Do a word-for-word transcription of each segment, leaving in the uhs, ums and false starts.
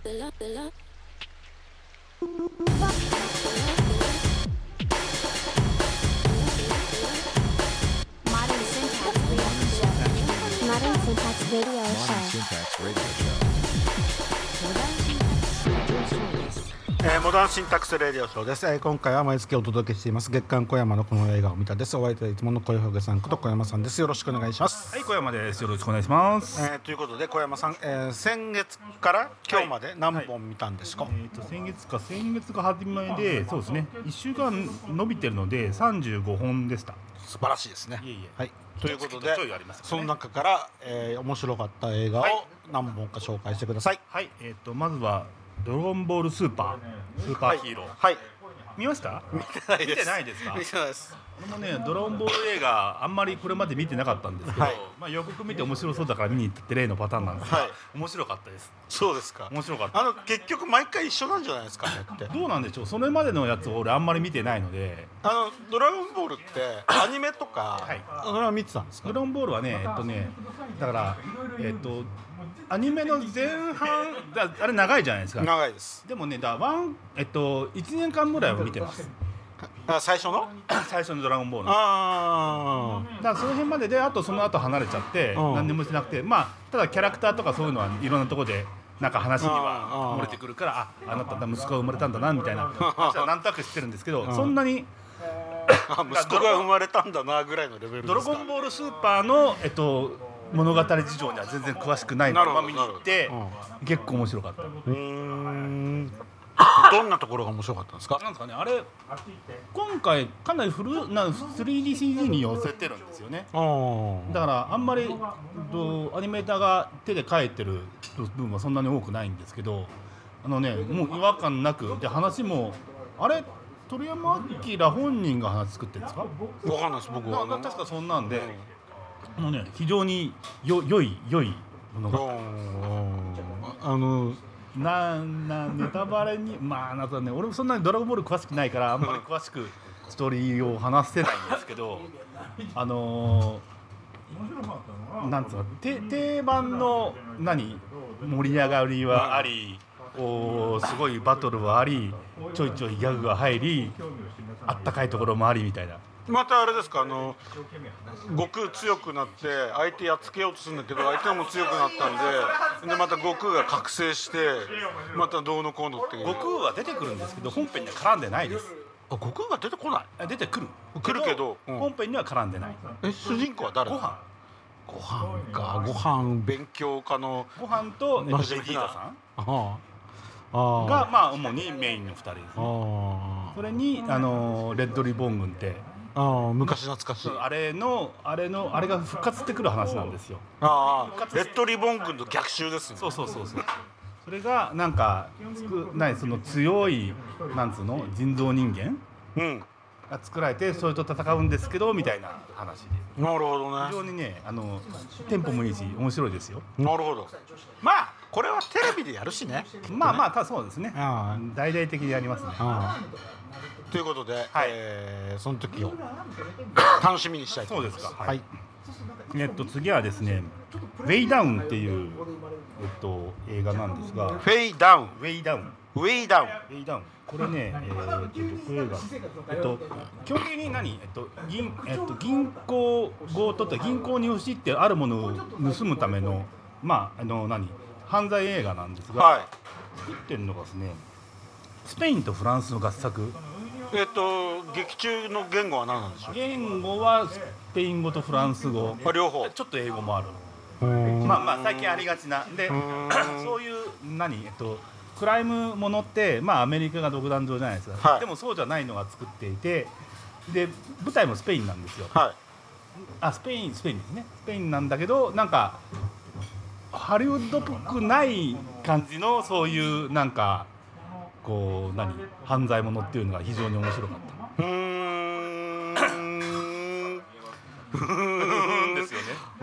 えー、モダンシンタックスレディオショーです、えー、今回は毎月お届けしています月刊小山のこの映画を見たです。お相手はいつもの小山さんこと小山さんです。よろしくお願いします。 はい、小山です。よろしくお願いします。 えー、ということで小山さん、えー、先月から今日まで何本見たんですか？ はいはい、えー、と先月か先月が始まりで、そうですね、いっしゅうかん伸びてるのでさんじゅうごほんでした。 素晴らしいですね。 いえいえ、 はい、ということで、 ちょいありますね、 その中から、えー、面白かった映画を何本か紹介してください。 はい、えー、とまずはドラゴンボールスーパースーパーヒーロー、 はい、はい、 見ました？ 見てないです。 見てないですか？ 見てないです。 俺もね、ドラゴンボール映画あんまりこれまで見てなかったんですけど、 はい、 まあ、予告見て面白そうだから見に行ったって例のパターンなんですが、はい、面白かったです。 そうですか。 面白かった。 あの結局毎回一緒なんじゃないですかねって。 どうなんでしょう。それまでのやつを俺あんまり見てないので、 あのドラゴンボールってアニメとか、はい、それは見てたんですか？ ドラゴンボールはね、えっとね、だからえっとアニメの前半だ、あれ長いじゃないですか。 長いです。 でもね、だワンえっといちねんかんぐらいは見てます。 あ、最初の最初のドラゴンボール。 ああ、だからその辺までで、あとその後離れちゃって何にもしてなくて、まあただキャラクターとかそういうのはいろんなところでなんか話には漏れてくるから、あ、あなた息子が生まれたんだなみたいな話はなんとなく知ってるんですけど、そんなにあ、息子が生まれたんだなぐらいのレベルですか？ ドラゴンボールスーパーのえっと物語事情には全然詳しくないのまま見に行って、うん、結構面白かった。うーんどんなところが面白かったんですか？ なんですかね、あれ今回かなりフルな スリーディーシージー に寄せてるんですよね。だからあんまりアニメーターが手で描いてる部分はそんなに多くないんですけど、あのね、もう違和感なくで、話もあれ鳥山明本人が話作ってるんですか？ わかんないです。僕は確かそんなんで、うん、もうね、非常によ良い良いものがあのななネタバレにまあなんかね、俺もそんなにドラゴンボール詳しくないからあんまり詳しくストーリーを話せないんですけど、あのー、なんつうの、定番の何盛り上がりはあり、おすごいバトルはあり、ちょいちょいギャグが入り、あったかいところもありみたいな。 またあれですか、あの悟空強くなって相手やっつけようとするんだけど相手も強くなったんで、でまた悟空が覚醒してまたどうのこうのっていう。 悟空は出てくるんですけど本編には絡んでないです。 あ、悟空が出てこない？ 出てくる来るけど、 うん、本編には絡んでない。 え、主人公は誰？ご飯ご飯か、ご飯勉強家のご飯とベジータさんああがまあ主にメインのふたりですね。あ、それにあのレッドリボン軍ってあ、昔懐かしいあれのあれのあれが復活してくる話なんですよ。 ああ、レッドリボン軍の逆襲ですね。 そうそうそうそう。それがなんかないその強いなんつうの人造人間、うん、が作られてそれと戦うんですけどみたいな話で。 なるほどね。 非常にね、あのテンポもいいし面白いですよ。 なるほど。まあこれはテレビでやるしね。 まあまあたそうですね。あ、大々的にやりますね。ああということで、はい、えー、その時を楽しみにしたいと思います。そうですか。はい。 えっと次はですね、ウェイダウンっていうえっと映画なんですが、 フェイダウン、 ウェイダウン、 ウェイダウン、 ウェイダウン。これね、えー、っとこれがえっと基本的に何えっと銀えっと銀行強盗って銀行に押し入ってあるものを盗むためのまああの何犯罪映画なんですが、はい、作ってるのがですね、スペインとフランスの合作。 えっと劇中の言語は何なんでしょう？ 言語はスペイン語とフランス語、 両方、 ちょっと英語もある。まあまあ最近ありがちなでそういう何えっとクライムものってまあアメリカが独壇場じゃないですか、はい、でもそうじゃないのが作っていて、で舞台もスペインなんですよ。はい、あスペインスペインですね。スペインなんだけどなんかハリウッドっぽくない感じのそういうなんかこう何犯罪ものっていうのが非常に面白かった。うーんですよね。 うん、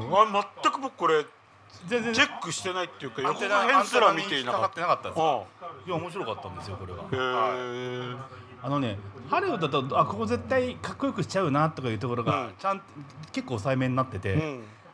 あ全く僕これ全然チェックしてないっていうか予告編すら見ていなかった。 かかってなかったです。いや面白かったんですよこれは。へー、はい、あのねハリウッドだとあここ絶対かっこよくしちゃうなとかいうところがちゃんと、うん、結構抑えめになってて、うん、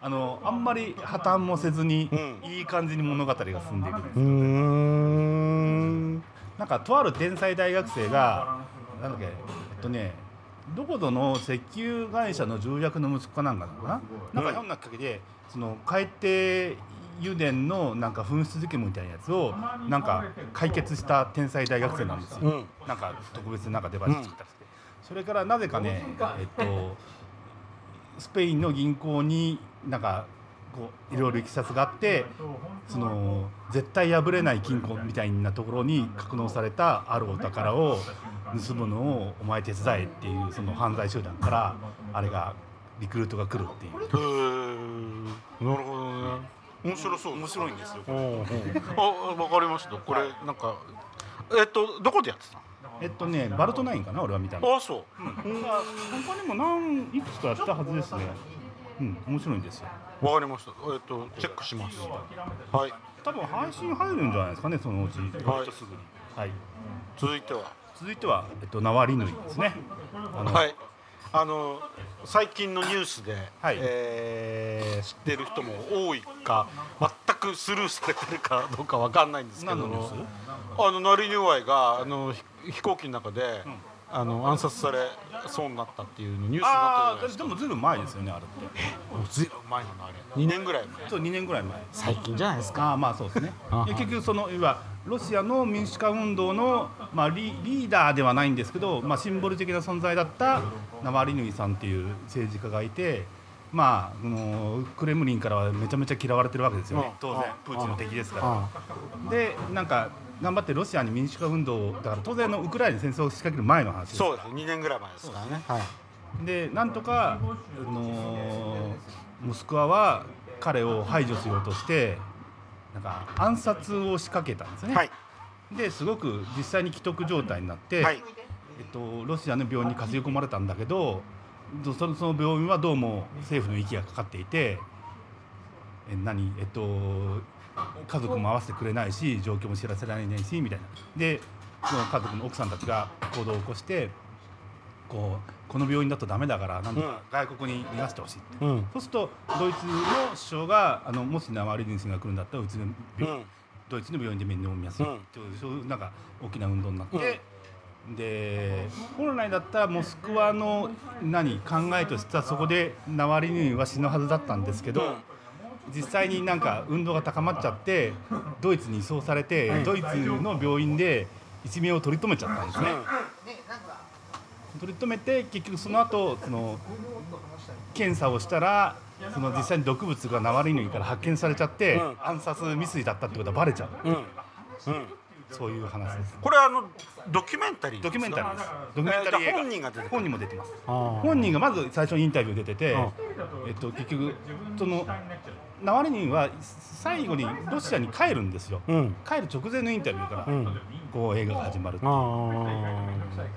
あのあんまり破綻もせずに、うん、いい感じに物語が進んでいくんです。うーん、なんかとある天才大学生がなんだっけ、えっとねどこぞの石油会社の重役の息子かなんかなのかな、なんかひょんなきっかけでその海底油田のなんか紛失事件みたいなやつをなんか解決した天才大学生なんですよ、うん、なんか特別ななんかデバイス作ったりして、うん、それからなぜかね、えっと、スペインの銀行になんかこういろいろいきさつがあって、その絶対破れない金庫みたいなところに格納されたあるお宝を盗むのをお前手伝えっていうその犯罪集団からあれがリクルートが来るっていう。 へー、なるほどね。面白そう、 面白いんですよ。 あ、わかりました。これなんかえっとどこでやってたの？ えっとねバルトナインかな、俺は見たの。 あ、そう。 うん、他にも何いくつかやったはずですね。うん、面白いんですよ。 わかりました。えっとチェックします。はい。 多分配信入るんじゃないですかね、そのうち。はい。すぐに。はい。 続いては。 続いてはえっとナワリヌイですね。 あのはい。あの最近のニュースで、はい、えー、知ってる人も多いか全くスルーされてるかどうかわかんないんですけど、あのナリヌワイがあの飛行機の中で、うん、あの暗殺されそうになったっていうニュースになってるじゃないですか。 でもずいぶん前ですよね、あれって。 え、もうずいぶん前なのあれ。にねんぐらい前。 そう、にねんぐらい前。 最近じゃないですか。 あ、まあそうですね。結局そのいわロシアの民主化運動の、まあ、リ, リーダーではないんですけど、まあ、シンボル的な存在だったナワリヌイさんっていう政治家がいて、まあ、あのクレムリンからはめちゃめちゃ嫌われてるわけですよね、当然プーチンの敵ですから。でなんか頑張ってロシアに民主化運動だから当然のウクライナに戦争を仕掛ける前の話です。 そうです、にねんぐらい前ですからね。はい、 でなんとか、あのモスクワは彼を排除しようとしてなんか暗殺を仕掛けたんですね。はい、ですごく実際に危篤状態になって、はい、えっと、ロシアの病院に担ぎ込まれたんだけど、その、その病院はどうも政府の息がかかっていて、え何、えっと、家族も会わせてくれないし状況も知らせられないしみたいな。でその家族の奥さんたちが行動を起こしてこうこの病院だとダメだからなんとか外国に逃がしてほしいって、うん、そうするとドイツの首相があのもしナワリヌイさんが来るんだったらうちの病、うん、ドイツの病院で面倒を見やすいっていう、うん、そういうなんか大きな運動になって、うん、で本来だったらモスクワの何考えとしてはそこでナワリヌイは死ぬはずだったんですけど、うん、実際になんか運動が高まっちゃってドイツに移送されて、うん、ドイツの病院で一命を取り留めちゃったんですね。取り留めて結局その後その検査をしたらその実際に毒物がナワリヌイから発見されちゃって、うん、暗殺未遂だったってことはバレちゃう、うんうん、そういう話です。 これはあのドキュメンタリードキュメンタリーです。ドキュメンタリー映画。 本人が出て本人も出てます。本人がまず最初にインタビュー出てて、えっと、結局そのナワリヌイは最後にロシアに帰るんですよ、うん、帰る直前のインタビューから、うん、こう映画が始まるっていう。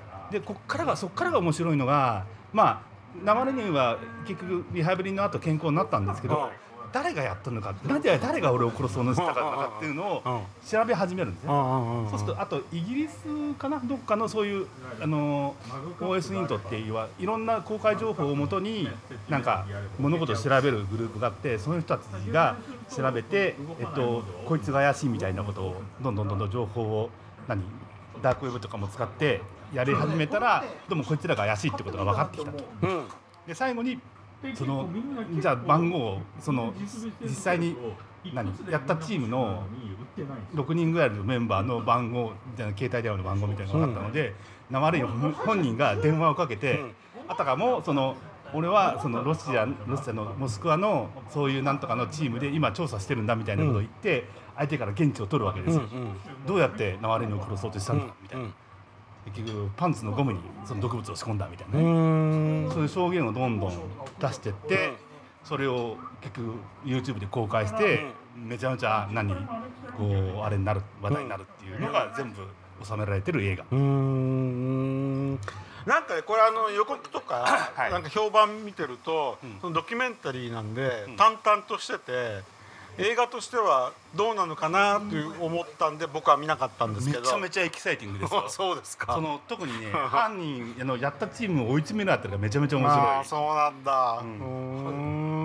でこっからがそっからが面白いのが、まあナワリヌイは結局リハビリの後健康になったんですけど、うん、誰がやったのか、なぜ誰が俺を殺そうとしたのかっていうのを調べ始めるんですね。そうするとあとイギリスかな、どっかのそういうあの オーエス イントっていういろんな公開情報をもとになんか物事を調べるグループがあって、その人たちが調べて、えっと、こいつが怪しいみたいなことをどんどんどんどん情報を何ダークウェブとかも使ってやり始めたら、どうもこいつらが怪しいってことが分かってきたと、うん、で最後にそのじゃあ番号をその実際に何やったチームのろくにんぐらいのメンバーの番号みたいな携帯電話の番号みたいなのが分かったので、ナワリヌイ本人が電話をかけて、うん、あたかもその俺はそのロシアロシアのモスクワのそういうなんとかのチームで今調査してるんだみたいなことを言って、うん、相手から言質を取るわけですよ、うんうん、どうやってナワリヌイを殺そうとしたんだみたいな、うんうん、結局パンツのゴムにその毒物を仕込んだみたいな、ね、うーんそういう証言をどんどん出してって、うん、それを結局 YouTube で公開して、うん、めちゃめちゃ何こうあれになる話題になるっていうのが全部収められてる映画。うーんなんかねこれあの予告とか、はい、なんか評判見てると、うん、そのドキュメンタリーなんで、うん、淡々としてて映画としてはどうなのかなと思ったんで僕は見なかったんですけど、 めちゃめちゃエキサイティングですよそうですか。 その特にね犯人あのやったチームを追い詰めるあたりがめちゃめちゃ面白い。 あそうなんだ。うんうーん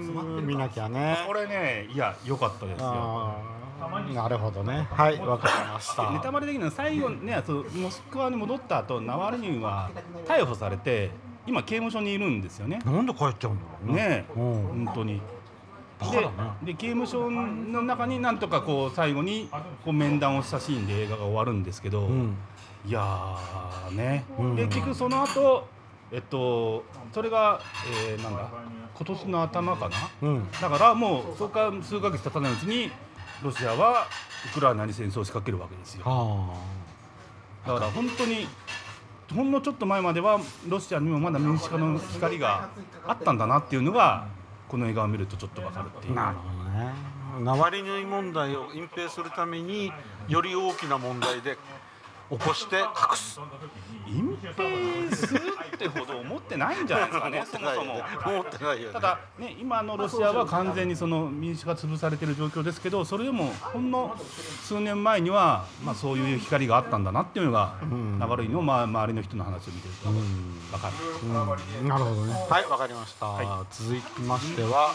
見なきゃね。 これね、いや良かったですよ。 なるほどね。はい、わかりました。 ネタバレ的なの最後ね、そのモスクワに戻った後、ナワリヌイは逮捕されて今刑務所にいるんですよね。 なんで帰っちゃうんだろうね。 ね、本当に。で, で刑務所の中になんとかこう最後にこう面談をしたシーンで映画が終わるんですけど、うん、いやーね、うん、で結局その後えっとそれが、えー、なんだ今年の頭かな、うん、だからもうそこから数ヶ月経たないうちにロシアはウクライナに戦争を仕掛けるわけですよ。だから本当にほんのちょっと前まではロシアにもまだ民主化の光があったんだなっていうのがこの映画を見るとちょっと分かるっていう。 なるほどね。ナワリヌイ問題を隠蔽するためにより大きな問題で起こして隠す。 隠蔽するってほど思ってないんじゃないですかね。そもそも思ってないよね。 ただね、今のロシアは完全にその民主が潰されている状況ですけど、それでもほんの数年前にはまあそういう光があったんだなっていうのが、うん、ナワリヌイのまあ周りの人の話を見てると分かる。 うんうん、なるほどね。はい、わかりました。はい、続きましては。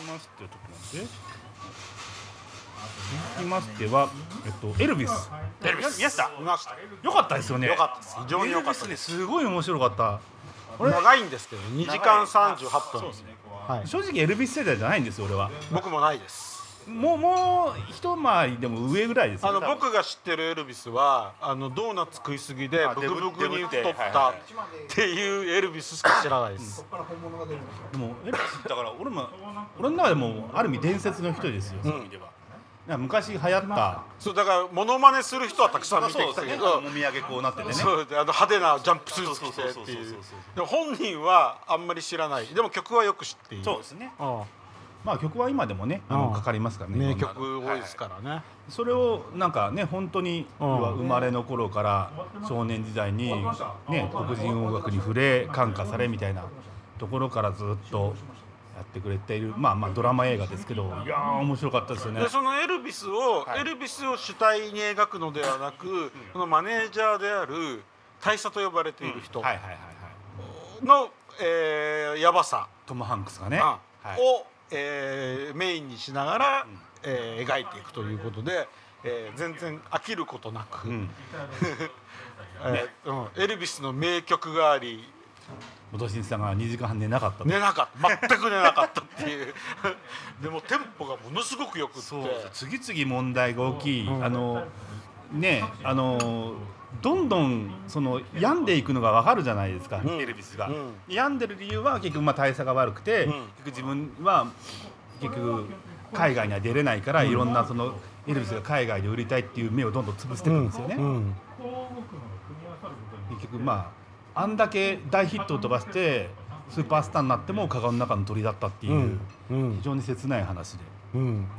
続きましては、えっと、エルビス。 エルビス。 見ました。 見ました。 良かったですよね。 良かったです。非常に良かったです。 すごい面白かった。 長いんですけど、にじかんさんじゅうはっぷん。そうですね。 はい。正直エルビス世代じゃないんですよ、俺は。 僕もないです。 もうもう一回りでも上ぐらいですよ。 あの僕が知ってるエルビスは、あのドーナツ食いすぎでブクブクに太ったっていうエルビスしか知らないです。 でもエルビスだから俺も俺の中でもある意味伝説の一人ですよ。そういう意味では。昔流行ったそうだからモノマネする人はたくさん見てきたけど、 もみあげこうなっててね、 そうであの派手なジャンプスーツ着てっていう。でも本人はあんまり知らない。でも曲はよく知っている。 そうですね。まあ曲は今でもねあのかかりますからね。 名曲多いですからね。 それをなんかね本当に生まれの頃から少年時代にね黒人音楽に触れ感化されみたいなところからずっとやってくれている、まあまあドラマ映画ですけど、いやー面白かったですよね。 でそのエルビスを、はい、エルビスを主体に描くのではなく、そのマネージャーである大佐と呼ばれている人のやばさ、 トム・ハンクスがね、 はい、を、えー、メインにしながら、うんえー、描いていくということで、えー、全然飽きることなく、うんえーねうん、エルビスの名曲があり、 元新さんがにじかんはん寝なかった寝なかった全く寝なかったっていうでもテンポがものすごくよくって次々問題が大きい、うん、あのねあのどんどんその病んでいくのが分かるじゃないですか、うん、エルビスが、うん、病んでる理由は結局まあ代謝が悪くて、うん、結局自分は結局海外には出れないから、うん、いろんなそのエルビスが海外で売りたいっていう目をどんどん潰していくんですよね、うんうん、結局まああんだけ大ヒットを飛ばしてスーパースターになってもカゴの中の鳥だったっていう、うん、非常に切ない話で、 うん、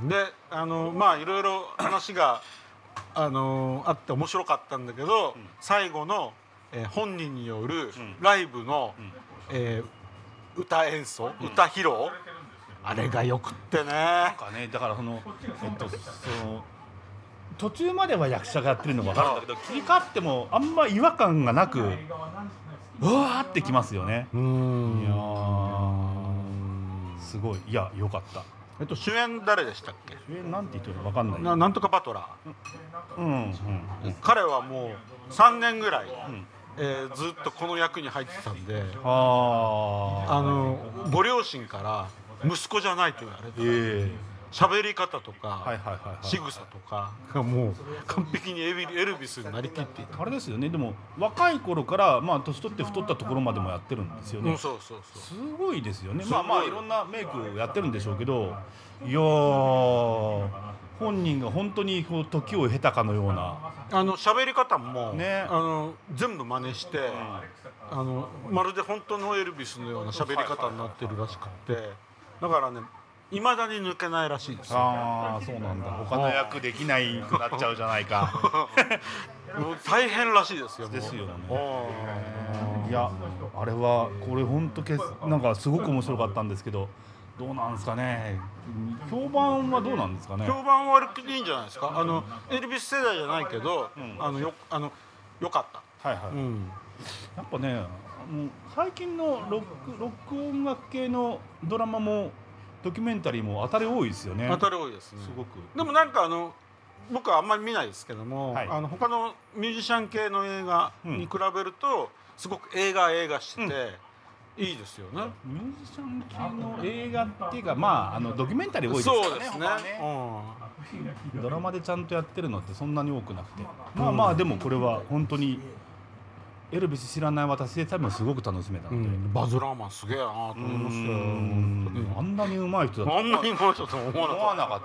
であのまあいろいろ話があのあって面白かったんだけど、うん、最後の、えー、本人によるライブの、うんえー、歌演奏、うん、歌披露、あれがよくってね。 なんかねだからそのえっとその途中までは役者がやってるのが分かるんだけど、切り替わってもあんま違和感がなくうわーってきますよね。うーんいやすごいいやよかった。 えっと主演誰でしたっけ？ 主演なんて言ってるか分かんない。 な、なんとかバトラー。うん、うんうん、彼はもうさんねんぐらい、うんえー、ずっとこの役に入ってたんで、ああのご両親から息子じゃないと言われて。えー喋り方とか仕草とかがもう完璧にエルビスになりきっていた。 あれですよね。でも若い頃からまあ年取って太ったところまでもやってるんですよね。 うん、そうそうそう。 すごいですよね。まあまあいろんなメイクやってるんでしょうけど、いやー本人が本当にこう時を経たかのようなあの喋り方も、ね、あの全部真似して、うん、あのまるで本当のエルビスのような喋り方になってるらしくて、だからね。未だに抜けないらしいですよ。 ああそうなんだ。他の役できないくなっちゃうじゃないか。 大変らしいですよ。 ですよね。いやあれはこれ本当けなんかすごく面白かったんですけど、どうなんですかね。評判はどうなんですかね。 評判は悪くていいんじゃないですか。あのエルビス世代じゃないけど、うん、あのよあのよかった。 はいはい。うん、やっぱね、もう最近のロックロック音楽系のドラマもドキュメンタリーも当たり多いですよね。 当たり多いですね。 すごく。 でもなんかあの僕はあんまり見ないですけども、はい、あの他のミュージシャン系の映画に比べると、すごく映画映画してて、うん、いいですよね。 ミュージシャン系の映画っていうか、まああのドキュメンタリー多いですからね。 そうですね。 うん、ドラマでちゃんとやってるのってそんなに多くなくて、まあまあでもこれは本当にエルビス知らない私で多分すごく楽しめたので、うん、 バズ・ラーマンすげえなと思いましたよ。 あんなに上手い人だった。 あんなに上手い人だと思わなかった。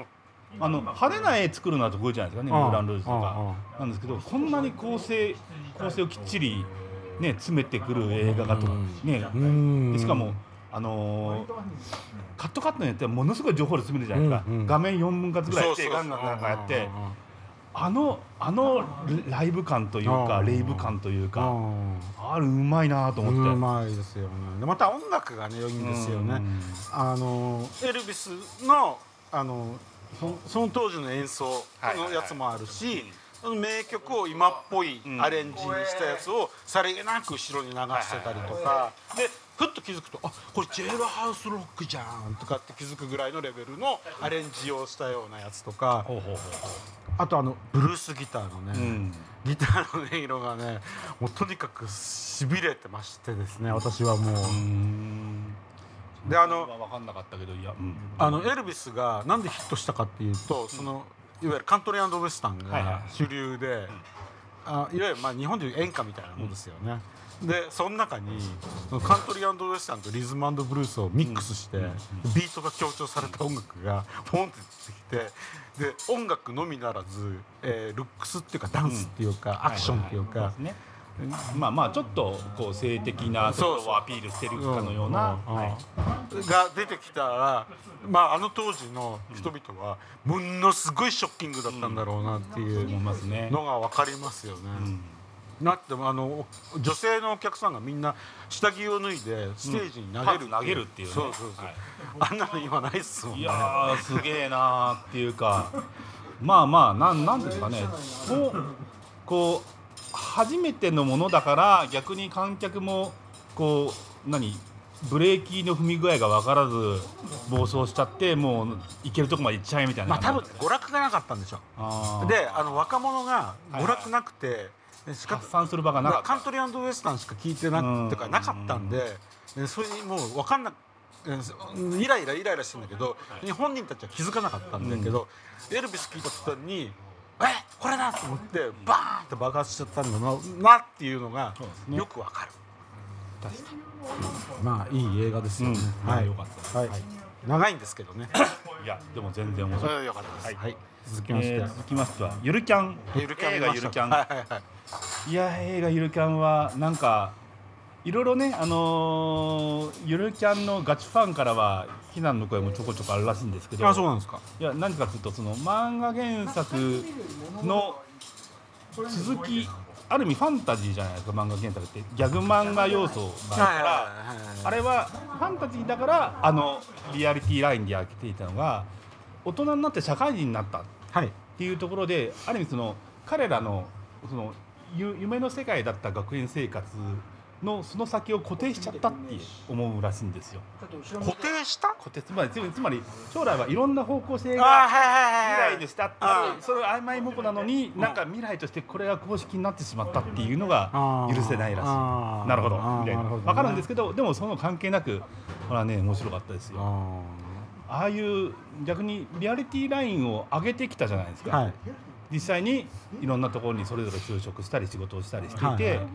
あの派手な絵作るのは得意じゃないですかね、ムーラン・ルージュとかなんですけど、こんなに構成構成をきっちりね詰めてくる映画がとね、でしかもあのー、カットカットによってはものすごい情報量詰めるじゃないですか、うんうん、画面よんぶん割ぐらいしてガンガンガンガンやって、あのあのライブ感というかレイブ感というか、あれうまいなと思って。 うまいですよね。でまた音楽がね良いんですよね。あのエルビスのあのそ, その当時の演奏のやつもあるし、名曲を今っぽいアレンジにしたやつをさりげなく後ろに流してたりとかで、ふっと気づくと、あ、これジェイルハウスロックじゃんとかって気づくぐらいのレベルのアレンジをしたようなやつとか、あとあのブルースギターのね、うん、ギターの音色がね、もうとにかくしびれてましてですね、私はもう。うーんであの分かんなかったけど、いや、うん、 あのエルビスがなんでヒットしたかっていうと、そのいわゆるカントリー&ウエスタンが主流で、はいはい、あいわゆるまあ日本でいう演歌みたいなものですよね。うん、でその中にカントリー&ウエスタンとリズム&ブルースをミックスして、うんうん、ビートが強調された音楽がポンって出てきて、で音楽のみならず、えー、ルックスっていうかダンスっていうか、うん、アクションっていうか、はいはいはい、 まあまあちょっとこう性的なところをアピールしてるかのようなが出てきたら、まああの当時の人々はものすごいショッキングだったんだろうなっていうのが分かりますよね。なってもあの女性のお客さんがみんな下着を脱いでステージに投げる、 うん、投げるっていうね。 そうそうそう、はい、あんなの今ないっすもんね。 いやーすげえなーっていうか、まあまあなんなんですかね、こうこう初めてのものだから逆に観客もこう何ブレーキの踏み具合が分からず暴走しちゃってもう行けるとこまで行っちゃえみたいな。 まあ多分娯楽がなかったんでしょ。あであの若者が娯楽なくて、はいはい、 しか発散する場がなかった。 カントリー&ウエスタンしか聞いてなくてかなかったんで、それにもう分かんなくイライライライラしてるんだけど、はい、本人たちは気づかなかったんだけど、うん、エルビス聞いた途端にえこれだと思ってバーンって爆発しちゃったんだなっていうのがよくわかる。確かにまあいい映画ですよね。 うん、はい、よかったです、はいはい、長いんですけどね。 いやでも全然面白い。 よかったです、はいはい、続きまして、えー、続きましてはゆるキャン。 ゆるキャン映画ゆるキャン、 はいはいはい、 いや映画ゆるキャンはなんかいろいろね、あのー、ゆるキャンのガチファンからは非難の声もちょこちょこあるらしいんですけど。 あ、そうなんですか。 いや何かというとその漫画原作の続き、ある意味ファンタジーじゃないですか。漫画原作ってギャグ漫画要素があるから、あれはファンタジーだからあのリアリティラインでやっていたのが大人になって社会人になったっていうところで、はい、ある意味その彼らのその夢の世界だった学園生活のその先を固定しちゃったって思うらしいんですよ。 固定した？ 固定、つまりつまり将来はいろんな方向性が未来でしたっていう、それ曖昧模糊なのになんか未来としてこれが公式になってしまったっていうのが許せないらしい。なるほどみたいな分かるんですけど、でもその関係なくこれはね面白かったですよ。ああいう逆にリアリティラインを上げてきたじゃないですか。はい、実際にいろんなところにそれぞれ就職したり仕事をしたりしていて、はいはい、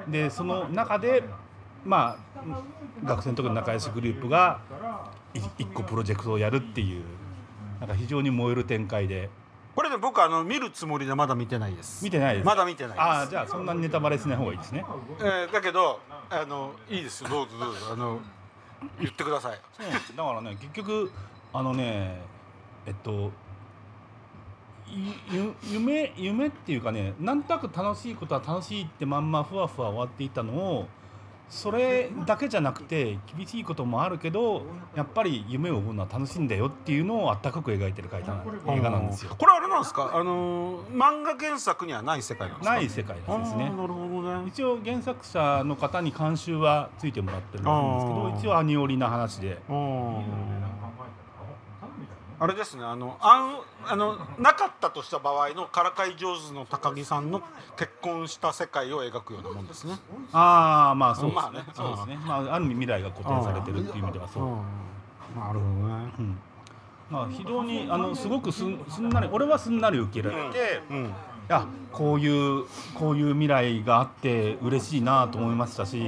でその中でまあ学生の時の仲良しグループが一個プロジェクトをやるっていうなんか非常に燃える展開で。 これで僕あの見るつもりでまだ見てないです。 見てないです。 まだ見てないです。 ああ、じゃあそんなにネタバレしない方がいいですね。 えー、だけどあのいいですよ、どうぞどうぞあの言ってください。 そうだからね結局あのねえっと夢夢っていうかね、なんとなく楽しいことは楽しいってまんまふわふわ終わっていったのをそれだけじゃなくて厳しいこともあるけどやっぱり夢を追うのは楽しいんだよっていうのをあったかく描いてる映画なんですよ。 これあれなんですか、あのー、漫画原作にはない世界なんですか？ ない世界なんですね。 なるほどね。 一応原作者の方に監修はついてもらってるんですけど、一応アニオリな話で。 あれですね、あのあんあのなかったとした場合のからかい上手の高木さんの結婚した世界を描くようなもんですね。 ああ、まあそうですね。 まあね、 そうですね。まあある意味未来が固定されてるっていう意味ではそう。 なるほどね。 うん、まあ非常にあのすごくすん、すんなり、俺はすんなり受けられて、うんうん、いやこういうこういう未来があって嬉しいなと思いましたし。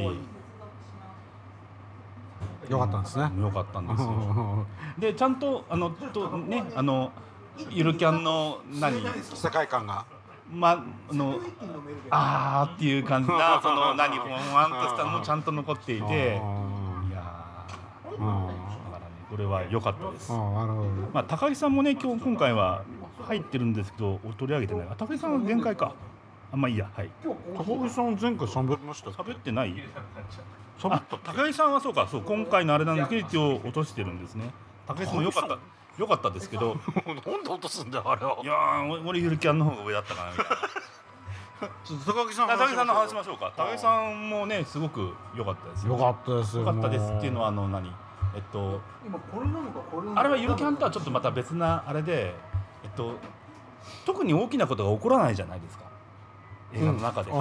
よかったんですね。 よかったんですよ。でちゃんとあのとねあのゆるキャンの何世界観がまあのあーっていう感じなその何ほわんとしたのもちゃんと残っていて、いやーだからねこれは良かったです。まあ高木さんもね今日今回は入ってるんですけど取り上げてない。高木さんは限界か。あんまあいいやはい。 高木さん前回喋りました。 喋ってない。あ高木さんはそうかそう今回のあれなんですけど一応落としてるんですね。高木さんも良かった良かったですけどなんで落とすんだよあれは。 いやー俺ゆるキャンの方が上だったかなみたいな。 高木さん高木さんの話しましょうか。高木さんもねすごく良かったですよ。 良かったです良かったですっていうのはあの何えっとあれはゆるキャンとはちょっとまた別なあれでえっと特に大きなことが起こらないじゃないですか。映画の中で、うん、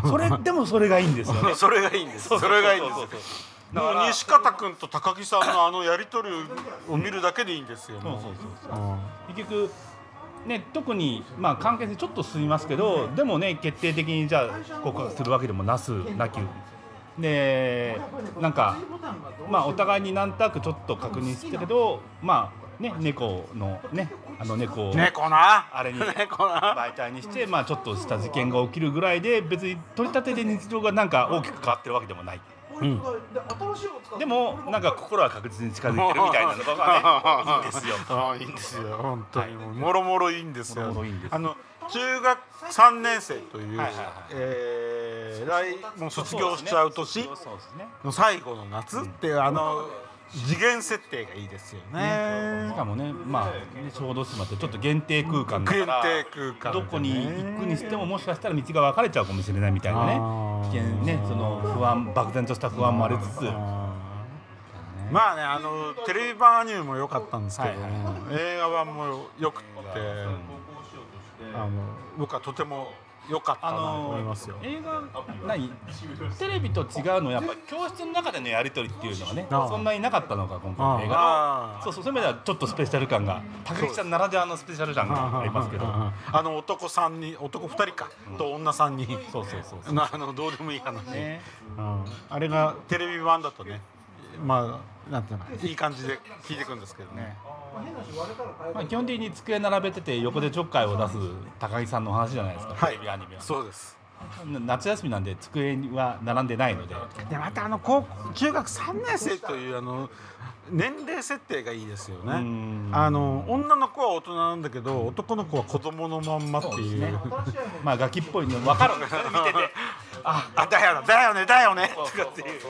それでもそれがいいんですよね。 それがいいんです。それがいいんです。もう西方君と高木さんのあのやり取りを見るだけでいいんですよ。そうそうそうそう。 結局ね特にまあ関係性ちょっと進みますけど、でもね決定的にじゃあ告白するわけでもなすなきでなんかまあお互いになんとなくちょっと確認してるけどまあ。ね、猫のねあの猫を猫なあれに媒体にしてまあちょっとした事件が起きるぐらいで別に取り立てで日常がなんか大きく変わってるわけでもない、うん、でもなんか心は確実に近づいてるみたいなのがねいいんですよ。 あいいんですよ本当に、はい、もろもろいいんですよ。あの中学さんねん生という、はいはいはいえー、来もう卒業しちゃう年の最後の夏っていうあの次元設定がいいですよね。 しかもね、まあね小豆島ってちょっと限定空間だから、 限定空間、ね、 どこに行くにしてももしかしたら道が分かれちゃうかもしれないみたいなね、危険ねその不安漠然とした不安もありつつ、 まあねあのテレビ版アニメも良かったんですけど、はいはい、映画版も良くて、うん、あの僕はとても良かったなと思いますよ。 映画何テレビと違うのはやっぱり教室の中でのやり取りっていうのがねそんなになかったのが今回の映画のそうそうそういう意味ではちょっとスペシャル感が高木さんならではのスペシャル感がありますけどあの男さんにん男ふたりか、うん、と女さんにんそうそうそうそうあのどうでもいい話、ねうん、あれがテレビ版だとねまあなんていうのいい感じで聞いていくんですけどね。 まあ、基本的に机並べてて横でちょっかいを出す高木さんの話じゃないですか、 はい、 テレビアニメは。 そうです。 夏休みなんで机には並んでないのででまたあの高中学さんねん生というあの年齢設定がいいですよね。あの女の子は大人なんだけど男の子は子供のまんまっていう、ね、 まあガキっぽいの分かるんですよ見ててああだよねだよねだよねとかっていう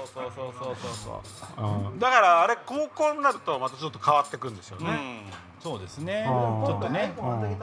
だからあれ高校になるとまたちょっと変わってくんですよね。 うん、そうですねちょっとね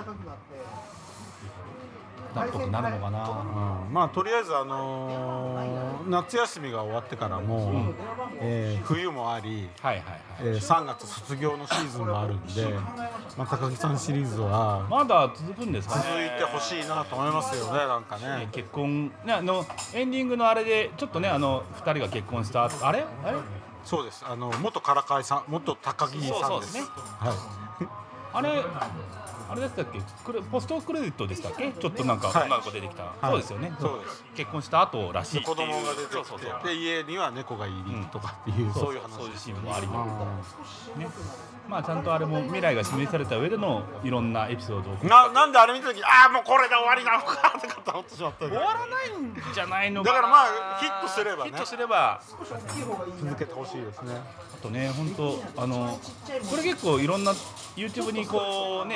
納得なるのかな、 うん、まあとりあえずあのー、夏休みが終わってからも、うんえー、冬もあり、はいはいはいえー、さんがつ卒業のシーズンもあるんで、まあ、高木さんシリーズはまだ続くんですかね。 続いてほしいなと思いますよね。なんかね結婚ねあのエンディングのあれでちょっとねあのふたりが結婚したあれあれそうですあの元からかいさん元高木さんです。そうそうですね、はい、 あれあれでしたっけポストクレジットでしたっけちょっとなんか女の子出てきた、はい、そうですよね、 そうです結婚した後らしいっていう子供が出てきてそうそうそうで家には猫がいるとかっていう、うん、そういう話そういうシーンもありますね。まあちゃんとあれも未来が示された上でのいろんなエピソードをななんであれ見た時ああもうこれで終わりなのかとかと思ってしまった終わらないんじゃないのかな。 だからまあヒットすればねヒットすれば続けてほしいですね。 あとね本当あのこれ結構いろんな YouTube にこうね舞台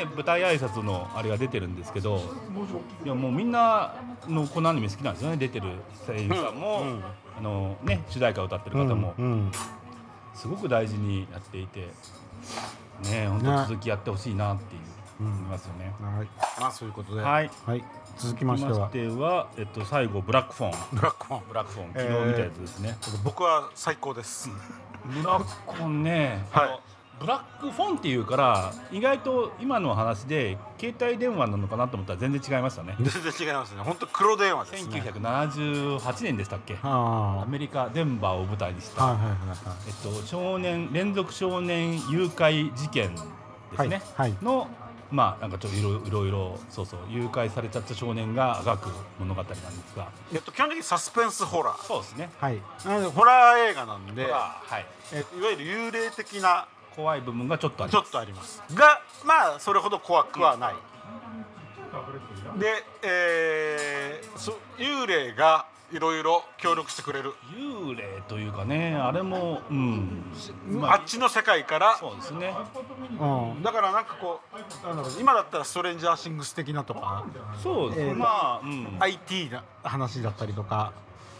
挨拶のあれが出てるんですけど、いやもうみんなのこのアニメ好きなんですよね。出てる声優さんも、うんうん、あのね、主題歌を歌ってる方も、うんうん、すごく大事にやっていてね、本当続きやってほしいなっていう思いますよね。 はい、まあそういうことで、 はい、 はい、続きましては、 続きましては、えっと、最後ブラックフォンブラックフォンブラックフォン昨日見たやつですね、 えー、僕は最高です。 ブラックフォンね、はい、ブラックフォンっていうから意外と今の話で携帯電話なのかなと思ったら全然違いましたね。 全然違いますね。本当黒電話ですね。 せんきゅうひゃくななじゅうはちねんでしたっけ、アメリカデンバーを舞台にした、はいはいはいはい、えっと、少年連続少年誘拐事件ですね、はいはい、のまあなんかちょっといろいろいろそうそう誘拐されちゃった少年が描く物語なんですが、 えっと基本的にサスペンスホラー。 そうですね。 はい。なのでホラー映画なんで、 はい。 えいわゆる幽霊的な怖い部分がちょっとあります。 ちょっとあります。が、まあそれほど怖くはない。うん、で、えー、そ幽霊がいろいろ協力してくれる。 幽霊というかね、あれも、うん、 まあ、あっちの世界から。 そうですね。 うん、だからなんかこう、なんだろう、今だったらストレンジャーシングス的なとか、 そうですね。えー、まあ、うん、 アイティー な話だったりとか。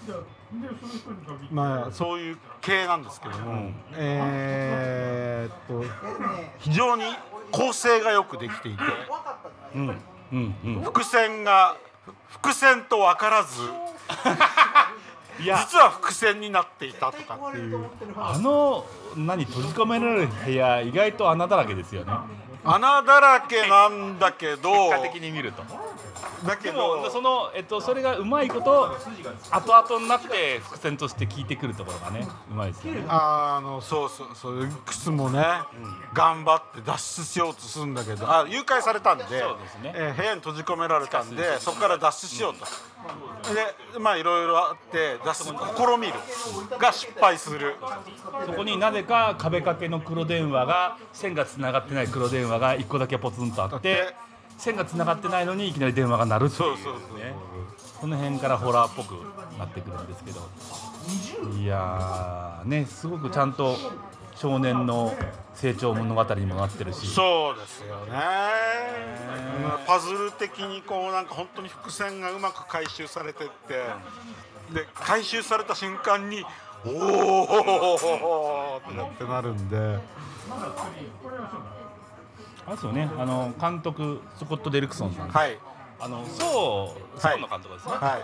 まあそういう系なんですけども、うん、えー、っと非常に構成がよくできていて、うんうんうん、伏線が伏線と分からずいや実は伏線になっていたとかっていう、 あの何閉じ込められる部屋意外と穴だらけですよね。 穴だらけなんだけど結果的に見るとだけどでもその、えっと、それがうまいこと後々になって伏線として効いてくるところがねうまいですよね。 あのそうそうそういくつもね、うん、頑張って脱出しようとするんだけど、あ誘拐されたんで、そうですね、えー、部屋に閉じ込められたんでそこから脱出しようと、うん、でまあいろいろあって脱出試みるが失敗する。 そこになぜか壁掛けの黒電話が線がつながってない黒電話がいっこだけポツンとあって線がつながってないのにいきなり電話が鳴るっていうね。この辺からホラーっぽくなってくるんですけど、いやーねすごくちゃんと少年の成長物語にもなってるし。 そうですよね。パズル的にこうなんか本当に伏線がうまく回収されてってで回収された瞬間におおってなるんで。 あれですよね、あの監督スコット・デルクソンさん、 はい、 あのソー、ソーの監督ですね、はい、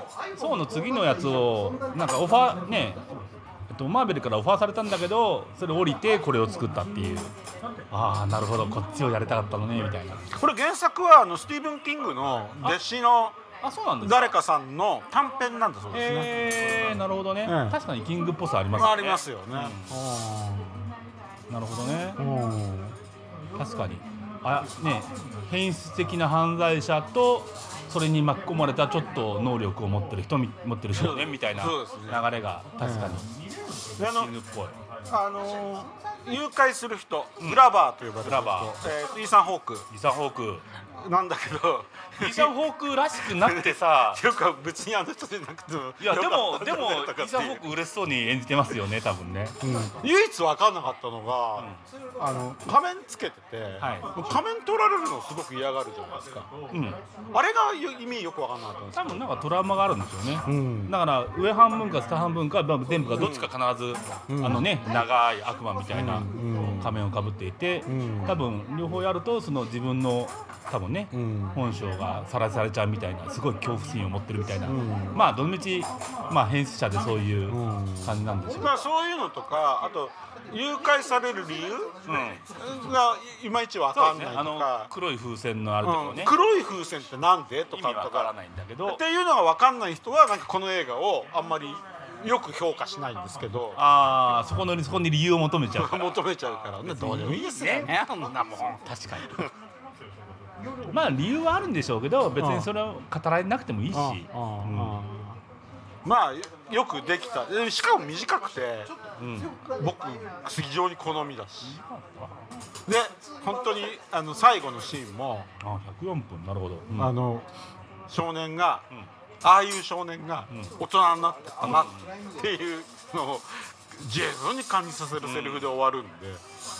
ソーの次のやつをなんかオファーね、えっと、マーベルからオファーされたんだけどそれ降りてこれを作ったっていう、ああなるほどこっちをやりたかったのねみたいな。 これ原作はあのスティーブン・キングの弟子のあそうなんです誰かさんの短編なんだそうですね。 えー、なるほどね、うん、確かにキングっぽさありますよね。ありますよね、 うん、なるほどね、うん、確かにあね、変質的な犯罪者とそれに巻き込まれたちょっと能力を持ってる人持ってる少年みたいな流れが確かにキングっぽい。 あのー、誘拐する人、グラバーと呼ばれる人、えー、イーサン・ホークイーサン・ホークなんだけどイーサン・ホークらしくなくてさよく別にあの人じゃなくてもいやでもでもイーサン・ホーク嬉しそうに演じてますよね多分ね、 うん、唯一分かんなかったのが、うん、あの仮面つけてて、はい、仮面取られるのすごく嫌がるじゃないですか、うん、あれが意味よく分かんなかったんです多分なんかトラウマがあるんですよね、うん、だから上半分か下半分か全部かどっちか必ず、うん、あのね長い悪魔みたいな仮面をかぶっていて、うん、多分両方やるとその自分の多分ね、うん、本性がさらされちゃうみたいなすごい恐怖心を持ってるみたいな、うん、まあどのみち、まあ、変質者でそういう感じなんですよ、 うん、そういうのとかあと誘拐される理由、うん、がいまいち分かんないとか、ね、あの黒い風船のあるところね、 うん、黒い風船ってなんでとかとかっていうのが分かんない人はなんかこの映画をあんまりよく評価しないんですけど、 ああそこのそこに理由を求めちゃうから求めちゃうからねどうでもいいですよねそんなもん確かにまあ理由はあるんでしょうけど別にそれを語られなくてもいいし、うん、 まあよくできたしかも短くて、うん、僕非常に好みだしで本当にあの最後のシーンもあひゃくよんぷんなるほど、 うん、あの少年が、うんああいう少年が大人になってたなっていうのを十分に感じさせるセリフで終わるんで、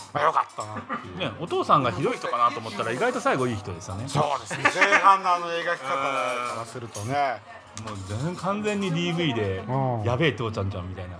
まあ、よかったなっていう、 ね、お父さんがひどい人かなと思ったら意外と最後いい人でしたね。 そうですね前半のあの描き方からするとねもう全然完全に ディーブイ でやべえ父ちゃんじゃんみたいな。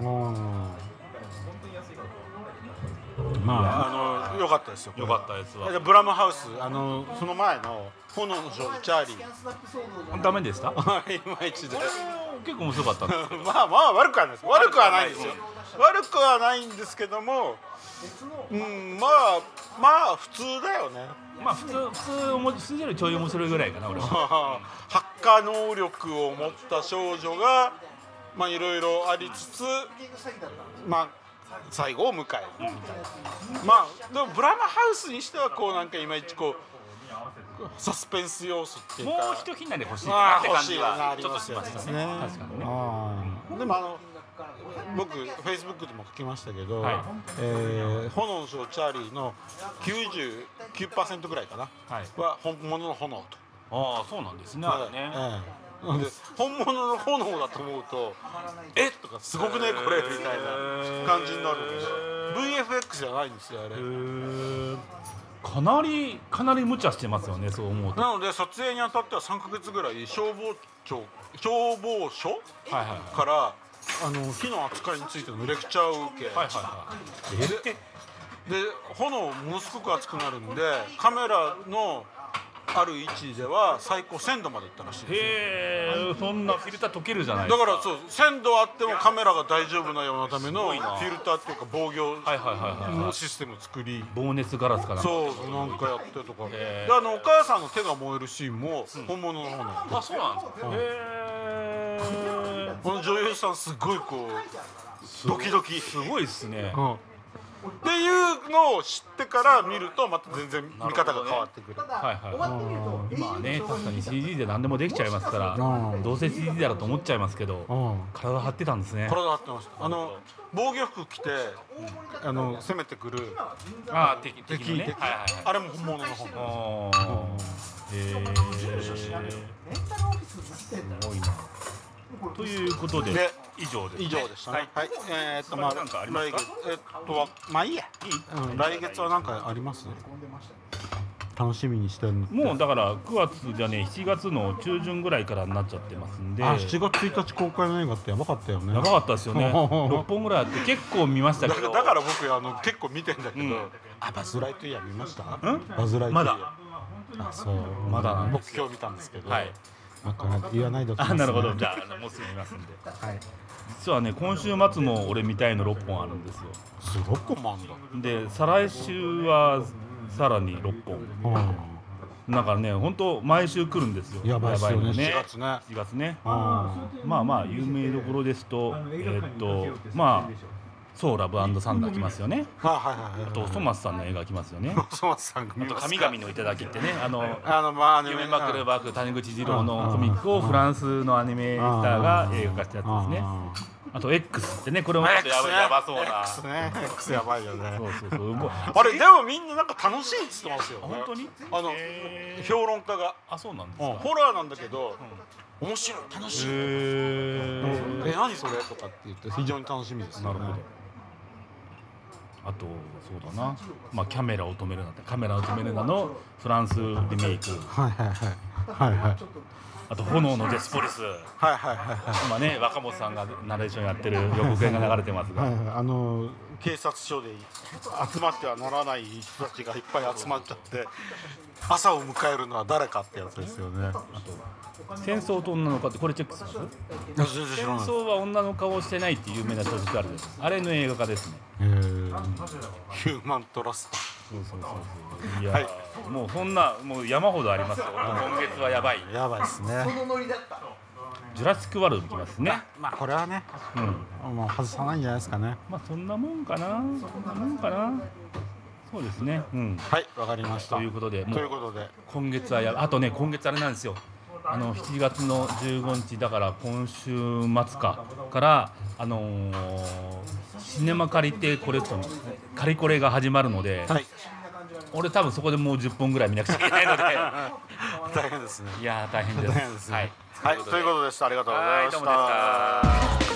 まああの良かったですよ。 良かったですわ。 ブラムハウスあのその前の炎の女王チャーリーダメでした？ いまいちで結構面白かったんですまあまあ悪くはないです。悪くはないんですよ。悪くはないんですけども、うん、まあまあ普通だよね。 まあ普通普通おも普通よりちょい面白いぐらいかな俺は。 ハッカー能力を持った少女がまあいろいろありつつ、まあ最後を迎えるみたいな。まあでもブラムハウスにしてはこうなんかいまいちこうサスペンス要素っていうかもう一ひねり欲しいかなって感じはちょっとしましたね。確かにね。でもあの僕フェイスブックでも書きましたけど、はいえー、炎の女王チャーリーの きゅうじゅうきゅうパーセント ぐらいかな、はい、は本物の炎と。 ああそうなんですね。あれね。 えー、で本物の炎だと思うとえっとかすごくねこれみたいな感じになるんです。 ブイエフエックス じゃないんですよあれ。 かなりかなり無茶してますよねそう思うと。 なので撮影にあたってはさんかげつぐらい消防庁消防署、はいはい、からあの火の扱いについてのレクチャーを受け、はいはいはい、で, で炎ものすごく熱くなるんでカメラのある位置では最高せんどまでいったらしいですよ。 へーそんなフィルター溶けるじゃないですか。 だからそうせんどあってもカメラが大丈夫なようなためのフィルターっていうか防御のシステムを作り防熱ガラスかなそうなんかやってとかであのお母さんの手が燃えるシーンも本物の炎、うん、 あそうなんですか、うん、へーこの女優さんすごいこうドキドキすごいっすね、 うんっていうのを知ってから見るとまた全然見方が変わってくる。 はいはい。今はね確かに シージー で何でもできちゃいますからどうせ シージー だろうと思っちゃいますけど体張ってたんですね。 体張ってました。あの防御服着て、うん、あの攻めてくるああ敵敵ね、 敵はいはいはい、あれも本物の本物。 へえすごいな。ということで以上です、ね、 以上でしたね。はい。はい、えー、っとまあなんかありますか？ 来月えー、っとはまあいいや。いい、うん。来月は何かあります？楽しみにしてるの。 もうだからくがつじゃねしちがつの中旬ぐらいからになっちゃってますんで。 あ、しちがつついたち公開の映画ってやばかったよね。 やばかったですよね。ろっぽんぐらいあって結構見ましたけど。 だから僕あの結構見てんだけど。うん、あバズライトイヤー見ました？バズライトイヤー。 まだ。 あそうまだなんです。 僕今日見たんですけど。 はい。 なんか言わないでおきます、 ね。あなるほどじゃあもうすぐ見ますんで。はい。実はね今週末も俺見たいのろっぽんあるんですよ。 ろっぽんもあるんだ。 で再来週はさらにろっぽん。うんなんかね、本当毎週来るんですよ。 やばいですよね。しちがつね。 しちがつね。まあまあ有名どころですと、えっとまあソーラブ&サンダー来ますよね。あとソマスさんの映画来ますよね。 ソマスさん。 あと神々の頂ってね、あのあのまあ夢まくるバーク谷口二郎のコミックをフランスのアニメーターが映画化したやつですね。あと X ってねこれもちょっとやばやばそうな。 X ね。X やばいよね。 そうそうそう。 あれでもみんななんか楽しいって言ってますよ。 本当に？ あの評論家が。 あそうなんですか。 ホラーなんだけど面白い楽しい。え何それとかって言って非常に楽しみです。 なるほど。あとそうだな、まあキャメラを止めるなってカメラを止めるなのフランスリメイク。 はいはいはいはいはい。 あと炎のデスポリス。 はいはいはいはい。 今ね若本さんがナレーションやってる予告編が流れてますが、 はいはい、あの警察署で集まってはならない人たちがいっぱい集まっちゃって朝を迎えるのは誰かってやつですよね。あと戦争と女の顔ってこれチェックします？戦争は女の顔をしてないっていう有名な小説あるんです。あれの映画化ですね。 へーヒューマントラスト。 そうそうそうそう。いや、はい、もうそんなもう山ほどありますよ。今月はやばい。 やばいですね。 そのノリだった。 ジュラシックワールド来ますね。 まあこれはね、うん、もう外さないんじゃないですかね。 まあそんなもんかな。そんなもんかな。そうですね。うん。 はい、わかりました。 ということで、 ということで今月はやあとね今月あれなんですよ。あのしちがつのじゅうごにちだから今週末かからあのー、シネマ借りてコレクションカリコレが始まるので、はい、俺多分そこでもうじゅっぽんぐらい見なくちゃいけないので大変ですね。 いや大変です。 大変ですね。 はい、 はい、ということでした。ありがとうございました。 はい、どうもでした。